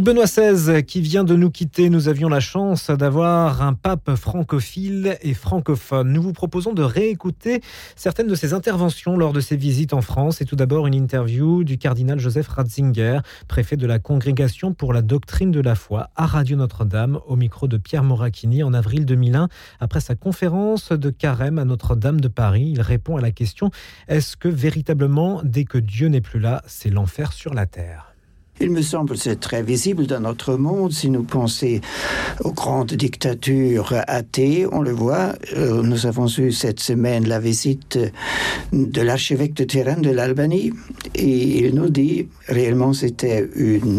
Benoît XVI qui vient de nous quitter, nous avions la chance d'avoir un pape francophile et francophone. Nous vous proposons de réécouter certaines de ses interventions lors de ses visites en France. Et tout d'abord, une interview du cardinal Joseph Ratzinger, préfet de la Congrégation pour la doctrine de la foi à Radio Notre-Dame, au micro de Pierre Moracchini en avril 2001. Après sa conférence de carême à Notre-Dame de Paris, il répond à la question « Est-ce que véritablement, dès que Dieu n'est plus là, c'est l'enfer sur la terre ?» Il me semble que c'est très visible dans notre monde. Si nous pensons aux grandes dictatures athées, on le voit. Nous avons eu cette semaine la visite de l'archevêque de Tirane de l'Albanie. Et il nous dit, réellement, c'était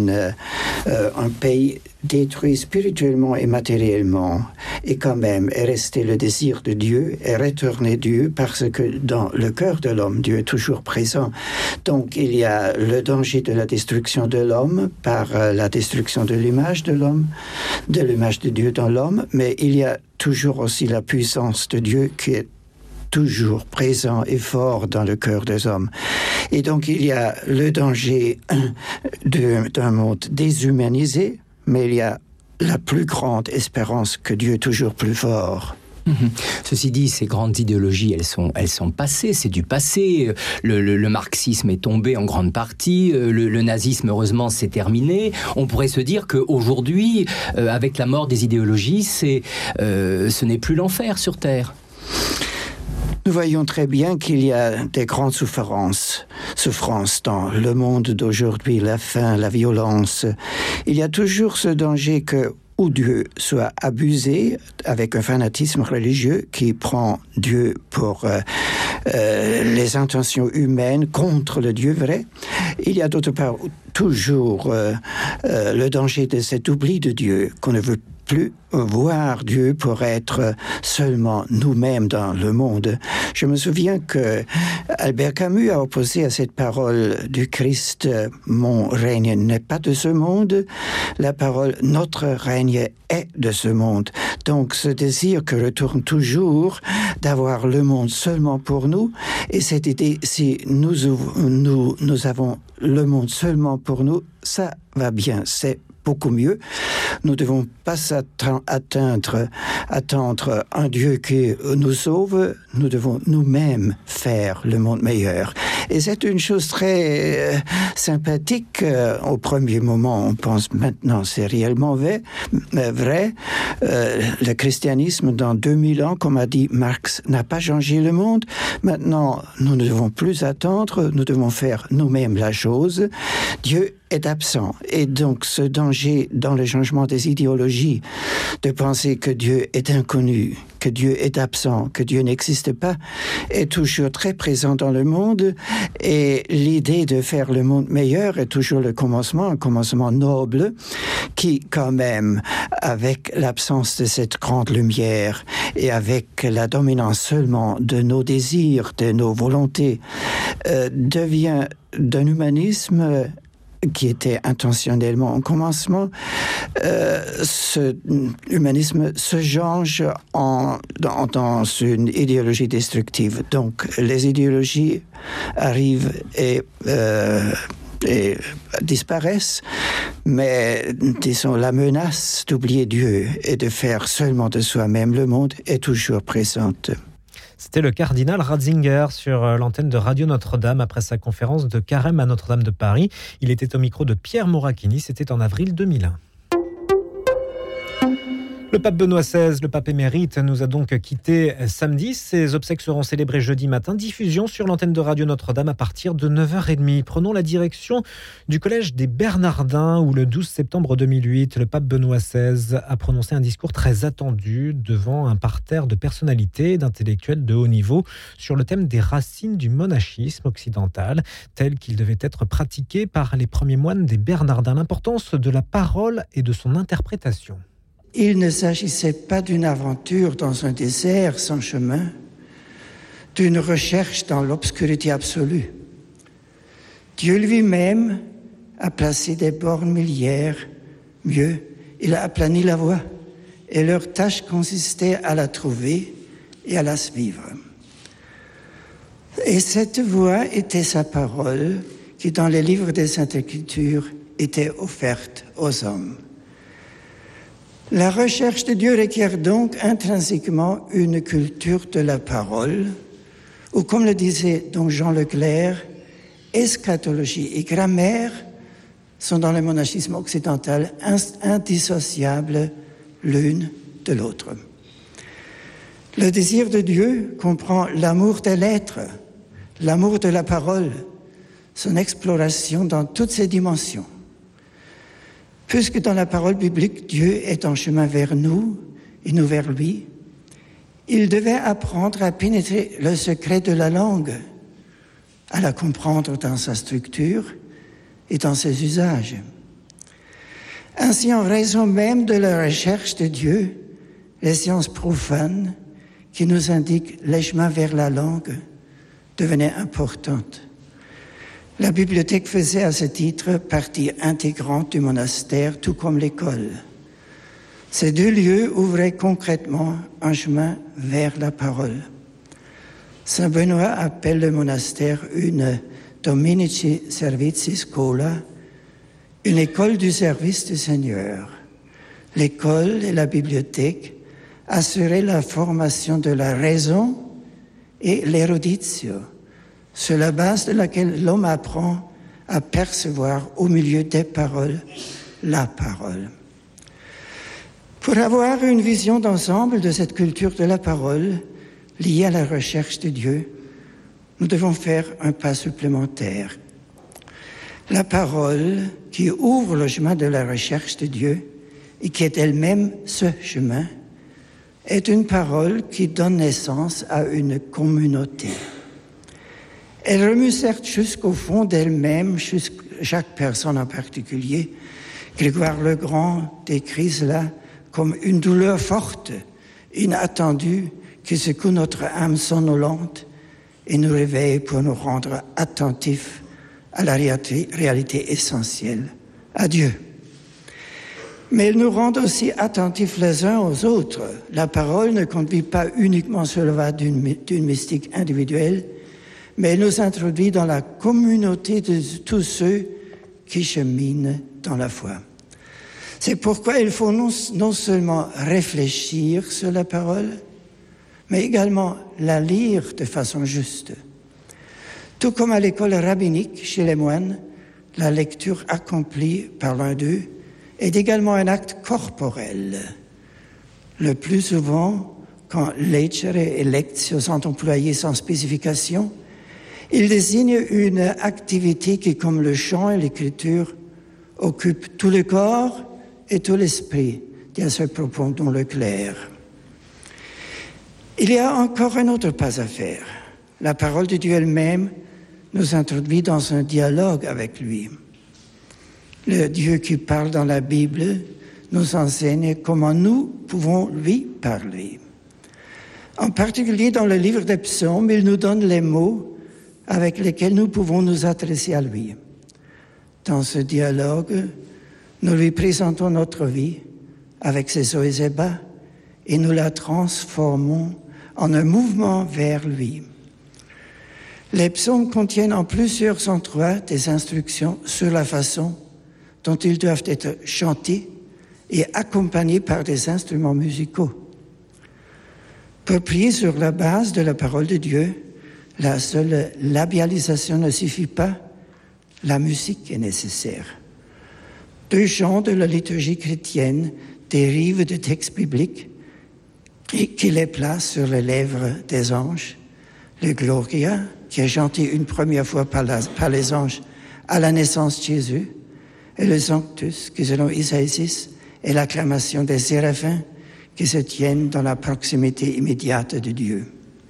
un pays détruit spirituellement et matériellement. Et quand même, est resté le désir de Dieu, est retourné Dieu, parce que dans le cœur de l'homme, Dieu est toujours présent. Donc, il y a le danger de la destruction de l'homme par la destruction de l'image de l'homme, de l'image de Dieu dans l'homme, mais il y a toujours aussi la puissance de Dieu qui est toujours présent et fort dans le cœur des hommes. Et donc, il y a le danger d'un monde déshumanisé, mais il y a la plus grande espérance que Dieu est toujours plus fort. Ceci dit, ces grandes idéologies, elles sont passées, c'est du passé. Le marxisme est tombé en grande partie, le nazisme, heureusement, c'est terminé. On pourrait se dire qu'aujourd'hui, avec la mort des idéologies, ce n'est plus l'enfer sur Terre. Nous voyons très bien qu'il y a des grandes souffrances dans le monde d'aujourd'hui, la faim, la violence. Il y a toujours ce danger que où Dieu soit abusé avec un fanatisme religieux qui prend Dieu pour les intentions humaines contre le Dieu vrai. Il y a d'autre part toujours le danger de cet oubli de Dieu, qu'on ne veut plus voir Dieu pour être seulement nous-mêmes dans le monde. Je me souviens que Albert Camus a opposé à cette parole du Christ « Mon règne n'est pas de ce monde », la parole « Notre règne est de ce monde ». Donc ce désir que retourne toujours d'avoir le monde seulement pour nous, et cette idée, si nous avons le monde seulement pour nous, ça va bien, c'est beaucoup mieux. Nous ne devons pas attendre un Dieu qui nous sauve. Nous devons nous-mêmes faire le monde meilleur. Et c'est une chose très sympathique. Au premier moment, on pense maintenant c'est réellement vrai. Le christianisme, dans 2000 ans, comme a dit Marx, n'a pas changé le monde. Maintenant, nous ne devons plus attendre. Nous devons faire nous-mêmes la chose. Dieu est absent. Et donc, ce danger dans le changement des idéologies, de penser que Dieu est inconnu, que Dieu est absent, que Dieu n'existe pas, est toujours très présent dans le monde. Et l'idée de faire le monde meilleur est toujours un commencement noble, qui, quand même, avec l'absence de cette grande lumière et avec la dominance seulement de nos désirs, de nos volontés, devient d'un humanisme qui était intentionnellement au commencement, ce humanisme se change dans une idéologie destructive. Donc, les idéologies arrivent et disparaissent, mais disons, la menace d'oublier Dieu et de faire seulement de soi-même le monde est toujours présente. C'était le cardinal Ratzinger sur l'antenne de Radio Notre-Dame après sa conférence de carême à Notre-Dame de Paris. Il était au micro de Pierre Moracchini, c'était en avril 2001. Le pape Benoît XVI, le pape émérite, nous a donc quitté samedi. Ses obsèques seront célébrées jeudi matin. Diffusion sur l'antenne de Radio Notre-Dame à partir de 9h30. Prenons la direction du collège des Bernardins où le 12 septembre 2008, le pape Benoît XVI a prononcé un discours très attendu devant un parterre de personnalités et d'intellectuels de haut niveau sur le thème des racines du monachisme occidental, tel qu'il devait être pratiqué par les premiers moines des Bernardins. L'importance de la parole et de son interprétation. Il ne s'agissait pas d'une aventure dans un désert sans chemin, d'une recherche dans l'obscurité absolue. Dieu lui-même a placé des bornes milliaires. Mieux, il a aplani la voie, et leur tâche consistait à la trouver et à la suivre. Et cette voie était sa parole, qui dans les livres des Saintes Écritures était offerte aux hommes. La recherche de Dieu requiert donc intrinsèquement une culture de la parole, ou comme le disait donc Jean Leclerc, eschatologie et grammaire sont dans le monachisme occidental indissociables l'une de l'autre. Le désir de Dieu comprend l'amour de l'être, l'amour de la parole, son exploration dans toutes ses dimensions. Puisque dans la parole biblique, Dieu est en chemin vers nous et nous vers lui, il devait apprendre à pénétrer le secret de la langue, à la comprendre dans sa structure et dans ses usages. Ainsi, en raison même de la recherche de Dieu, les sciences profanes qui nous indiquent les chemins vers la langue devenaient importantes. La bibliothèque faisait à ce titre partie intégrante du monastère, tout comme l'école. Ces deux lieux ouvraient concrètement un chemin vers la parole. Saint Benoît appelle le monastère une Dominici Servitii Schola, une école du service du Seigneur. L'école et la bibliothèque assuraient la formation de la raison et l'éruditio, sur la base de laquelle l'homme apprend à percevoir au milieu des paroles la parole. Pour avoir une vision d'ensemble de cette culture de la parole liée à la recherche de Dieu, nous devons faire un pas supplémentaire. La parole qui ouvre le chemin de la recherche de Dieu et qui est elle-même ce chemin est une parole qui donne naissance à une communauté. Elle remue certes jusqu'au fond d'elle-même, chaque personne en particulier. Grégoire le Grand décrit cela comme une douleur forte, inattendue, qui secoue notre âme somnolente et nous réveille pour nous rendre attentifs à la réalité essentielle, à Dieu. Mais elle nous rend aussi attentifs les uns aux autres. La parole ne conduit pas uniquement sur le va d'une mystique individuelle, mais elle nous introduit dans la communauté de tous ceux qui cheminent dans la foi. C'est pourquoi il faut non seulement réfléchir sur la parole, mais également la lire de façon juste. Tout comme à l'école rabbinique, chez les moines, la lecture accomplie par l'un d'eux est également un acte corporel. Le plus souvent, quand leggere et lectio sont employés sans spécification, il désigne une activité qui, comme le chant et l'écriture, occupe tout le corps et tout l'esprit, dit à ce propos Don Leclerc. Il y a encore un autre pas à faire. La parole de Dieu elle-même nous introduit dans un dialogue avec lui. Le Dieu qui parle dans la Bible nous enseigne comment nous pouvons lui parler. En particulier dans le livre des psaumes, il nous donne les mots avec lesquels nous pouvons nous adresser à lui. Dans ce dialogue, nous lui présentons notre vie avec ses hauts et ses bas et nous la transformons en un mouvement vers lui. Les psaumes contiennent en plusieurs endroits des instructions sur la façon dont ils doivent être chantés et accompagnés par des instruments musicaux. Pour prier sur la base de la parole de Dieu, la seule labialisation ne suffit pas, la musique est nécessaire. 2 chants de la liturgie chrétienne dérivent de textes bibliques et qui les placent sur les lèvres des anges. Le Gloria, qui est chanté une première fois par les anges à la naissance de Jésus, et le Sanctus, qui selon Isaïe 6 est l'acclamation des séraphins qui se tiennent dans la proximité immédiate de Dieu.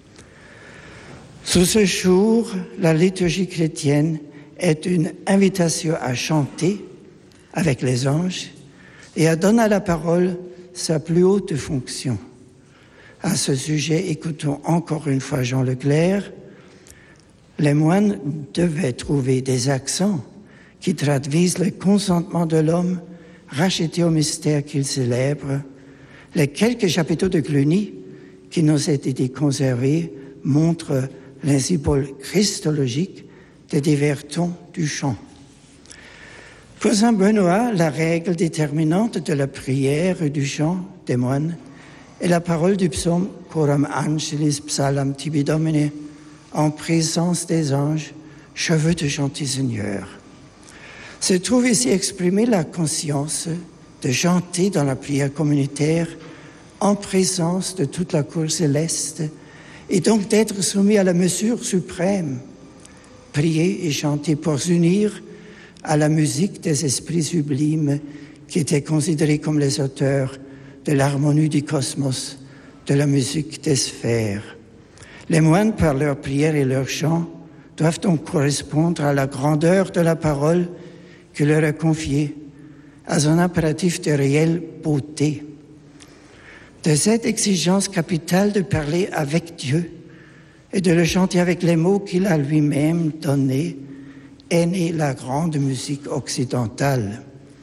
Sous ce jour, la liturgie chrétienne est une invitation à chanter avec les anges et à donner à la parole sa plus haute fonction. À ce sujet, écoutons encore une fois Jean Leclerc. Les moines devaient trouver des accents qui traduisent le consentement de l'homme racheté au mystère qu'il célèbre. Les quelques chapiteaux de Cluny qui nous ont été conservés montrent les symboles christologiques des divers tons du chant. Pour saint Benoît, la règle déterminante de la prière et du chant des moines est la parole du psaume « Coram angelis psalam tibi domine » en présence des anges, je veux te chanter Seigneur. Se trouve ici exprimée la conscience de chanter dans la prière communautaire en présence de toute la cour céleste et donc d'être soumis à la mesure suprême, prier et chanter pour s'unir à la musique des esprits sublimes qui étaient considérés comme les auteurs de l'harmonie du cosmos, de la musique des sphères. Les moines, par leur prière et leur chant, doivent donc correspondre à la grandeur de la parole qui leur est confiée, à son impératif de réelle beauté. De cette exigence capitale de parler avec Dieu et de le chanter avec les mots qu'il a lui-même donnés, est née la grande musique occidentale.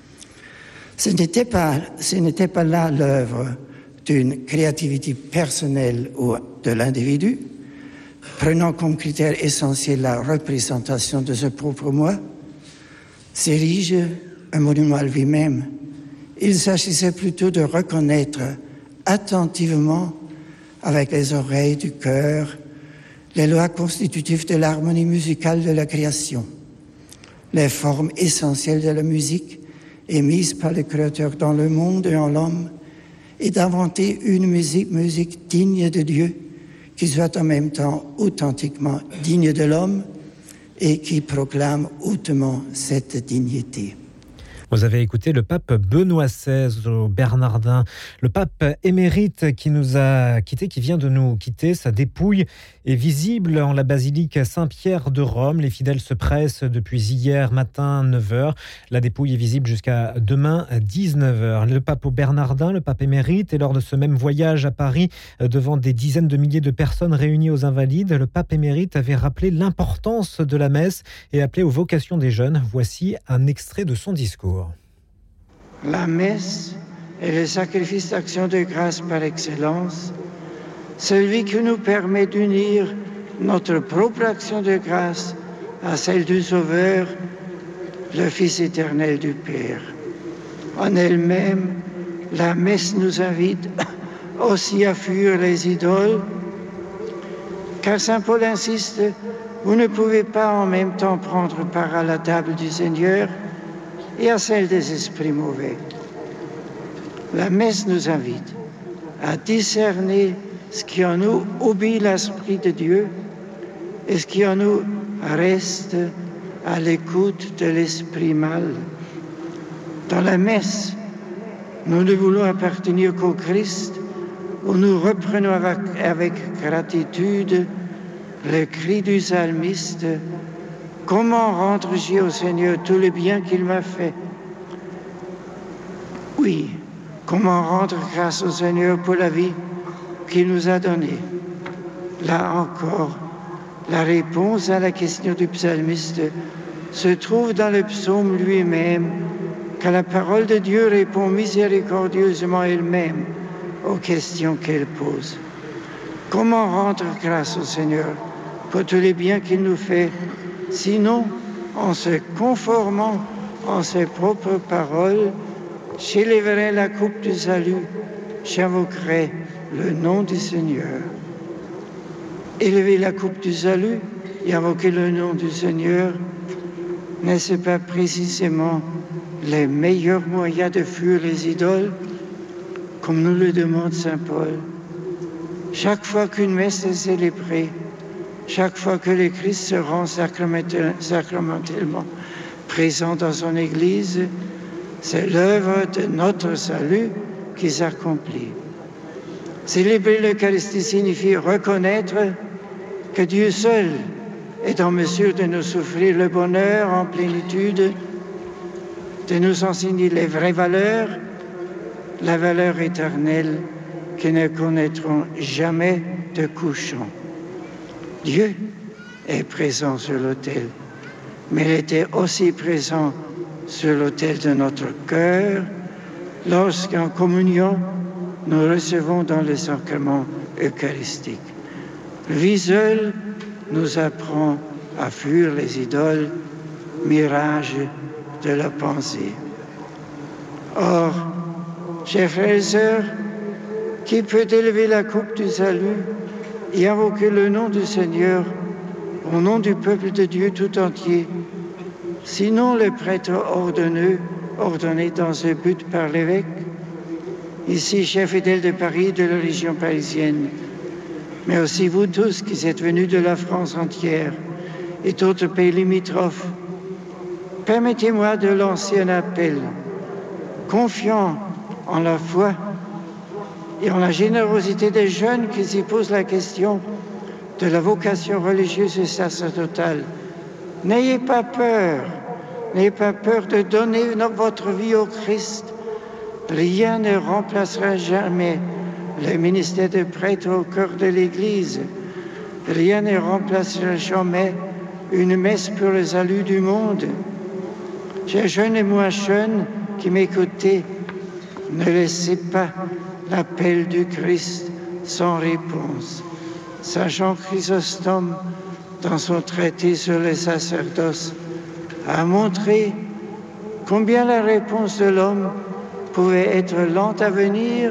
Ce n'était pas là l'œuvre d'une créativité personnelle ou de l'individu, prenant comme critère essentiel la représentation de ce propre moi. S'érige un monument à lui-même. Il s'agissait plutôt de reconnaître attentivement, avec les oreilles du cœur, les lois constitutives de l'harmonie musicale de la création, les formes essentielles de la musique émises par le Créateur dans le monde et en l'homme, et d'inventer une musique digne de Dieu, qui soit en même temps authentiquement digne de l'homme et qui proclame hautement cette dignité. Vous avez écouté le pape Benoît XVI au Bernardin, le pape émérite qui nous a quittés, qui vient de nous quitter. Sa dépouille est visible en la basilique Saint-Pierre de Rome. Les fidèles se pressent depuis hier matin 9h. La dépouille est visible jusqu'à demain 19h. Le pape au Bernardin, le pape émérite, et lors de ce même voyage à Paris, devant des dizaines de milliers de personnes réunies aux Invalides, le pape émérite avait rappelé l'importance de la messe et appelé aux vocations des jeunes. Voici un extrait de son discours. La messe est le sacrifice d'action de grâce par excellence, celui qui nous permet d'unir notre propre action de grâce à celle du Sauveur, le Fils éternel du Père. En elle-même, la messe nous invite aussi à fuir les idoles, car saint Paul insiste, vous ne pouvez pas en même temps prendre part à la table du Seigneur et à celle des esprits mauvais. La messe nous invite à discerner ce qui en nous obéit l'Esprit de Dieu et ce qui en nous reste à l'écoute de l'esprit mal. Dans la messe, nous ne voulons appartenir qu'au Christ, où nous reprenons avec gratitude le cri du psalmiste: comment rendre-je au Seigneur tout le bien qu'il m'a fait? Oui, comment rendre grâce au Seigneur pour la vie qu'il nous a donnée? Là encore, la réponse à la question du psalmiste se trouve dans le psaume lui-même, car la parole de Dieu répond miséricordieusement elle-même aux questions qu'elle pose. Comment rendre grâce au Seigneur pour tous les biens qu'il nous fait, sinon en se conformant en ses propres paroles? J'élèverai la coupe du salut, j'invoquerai le nom du Seigneur. Élever la coupe du salut et invoquer le nom du Seigneur, n'est-ce pas précisément les meilleurs moyens de fuir les idoles, comme nous le demande saint Paul? Chaque fois qu'une messe est célébrée, chaque fois que le Christ se rend sacramentellement présent dans son Église, c'est l'œuvre de notre salut qui s'accomplit. Célébrer l'Eucharistie signifie reconnaître que Dieu seul est en mesure de nous offrir le bonheur en plénitude, de nous enseigner les vraies valeurs, la valeur éternelle qui ne connaîtront jamais de couchant. Dieu est présent sur l'autel, mais il était aussi présent sur l'autel de notre cœur lorsqu'en communion, nous recevons dans le sacrement eucharistique. Lui seul nous apprend à fuir les idoles, mirages de la pensée. Or, chers frères et sœurs, qui peut élever la coupe du salut et invoquer le nom du Seigneur au nom du peuple de Dieu tout entier, sinon les prêtres ordonnés dans ce but par l'évêque, ici chef fidèle de Paris et de la région parisienne, mais aussi vous tous qui êtes venus de la France entière et d'autres pays limitrophes. Permettez-moi de lancer un appel, confiant en la foi et en la générosité des jeunes qui s'y posent la question de la vocation religieuse et sacerdotale. N'ayez pas peur de donner votre vie au Christ. Rien ne remplacera jamais le ministère de prêtre au cœur de l'Église. Rien ne remplacera jamais une messe pour le salut du monde. Chers jeunes et moins jeunes qui m'écoutez, ne laissez pas l'appel du Christ sans réponse. Saint Jean Chrysostome, dans son traité sur le sacerdoce, a montré combien la réponse de l'homme pouvait être lente à venir.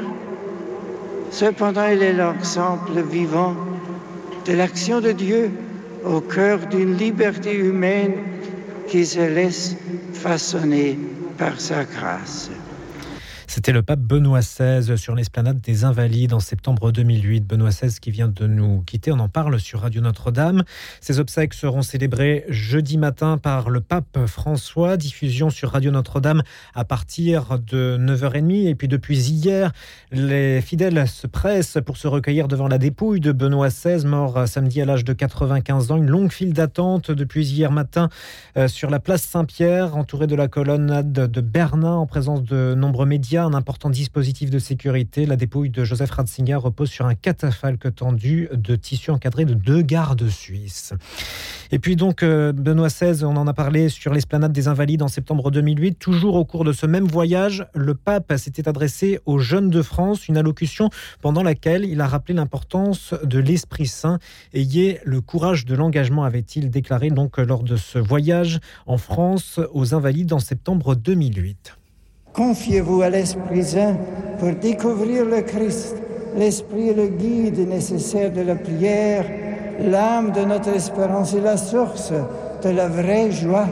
Cependant, il est l'exemple vivant de l'action de Dieu au cœur d'une liberté humaine qui se laisse façonner par sa grâce. C'était le pape Benoît XVI sur l'esplanade des Invalides en septembre 2008. Benoît XVI qui vient de nous quitter, on en parle sur Radio Notre-Dame. Ses obsèques seront célébrées jeudi matin par le pape François. Diffusion sur Radio Notre-Dame à partir de 9h30. Et puis depuis hier, les fidèles se pressent pour se recueillir devant la dépouille de Benoît XVI, mort samedi à l'âge de 95 ans. Une longue file d'attente depuis hier matin sur la place Saint-Pierre, entourée de la colonnade de Bernin en présence de nombreux médias. Un important dispositif de sécurité. La dépouille de Joseph Ratzinger repose sur un catafalque tendu de tissu encadré de 2 gardes suisses. Et puis donc, Benoît XVI, on en a parlé sur l'esplanade des Invalides en septembre 2008. Toujours au cours de ce même voyage, le pape s'était adressé aux jeunes de France, une allocution pendant laquelle il a rappelé l'importance de l'Esprit Saint. Ayez le courage de l'engagement, avait-il déclaré donc lors de ce voyage en France aux Invalides en septembre 2008. Confiez-vous à l'Esprit Saint pour découvrir le Christ. L'Esprit est le guide nécessaire de la prière, l'âme de notre espérance et la source de la vraie joie.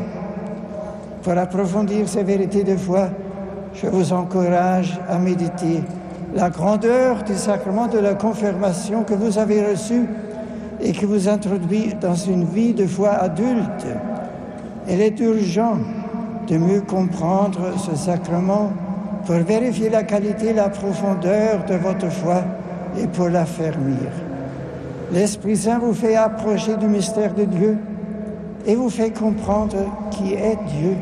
Pour approfondir ces vérités de foi, je vous encourage à méditer la grandeur du sacrement de la confirmation que vous avez reçu et qui vous introduit dans une vie de foi adulte. Il est urgent de mieux comprendre ce sacrement pour vérifier la qualité et la profondeur de votre foi et pour l'affermir. L'Esprit Saint vous fait approcher du mystère de Dieu et vous fait comprendre qui est Dieu.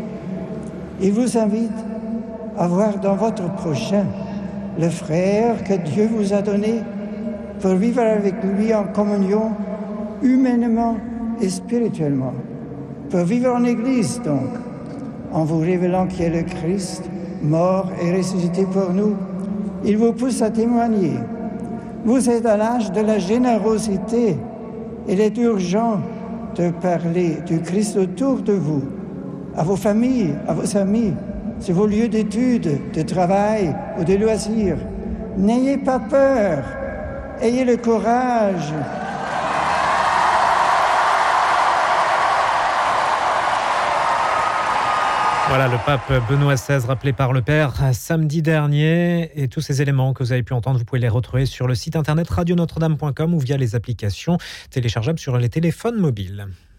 Il vous invite à voir dans votre prochain le frère que Dieu vous a donné pour vivre avec lui en communion humainement et spirituellement. Pour vivre en Église donc, en vous révélant qui est le Christ, mort et ressuscité pour nous, il vous pousse à témoigner. Vous êtes à l'âge de la générosité. Il est urgent de parler du Christ autour de vous, à vos familles, à vos amis, sur vos lieux d'études, de travail ou de loisirs. N'ayez pas peur, ayez le courage. Voilà le pape Benoît XVI rappelé par le Père samedi dernier, et tous ces éléments que vous avez pu entendre, vous pouvez les retrouver sur le site internet radionotre-dame.com ou via les applications téléchargeables sur les téléphones mobiles.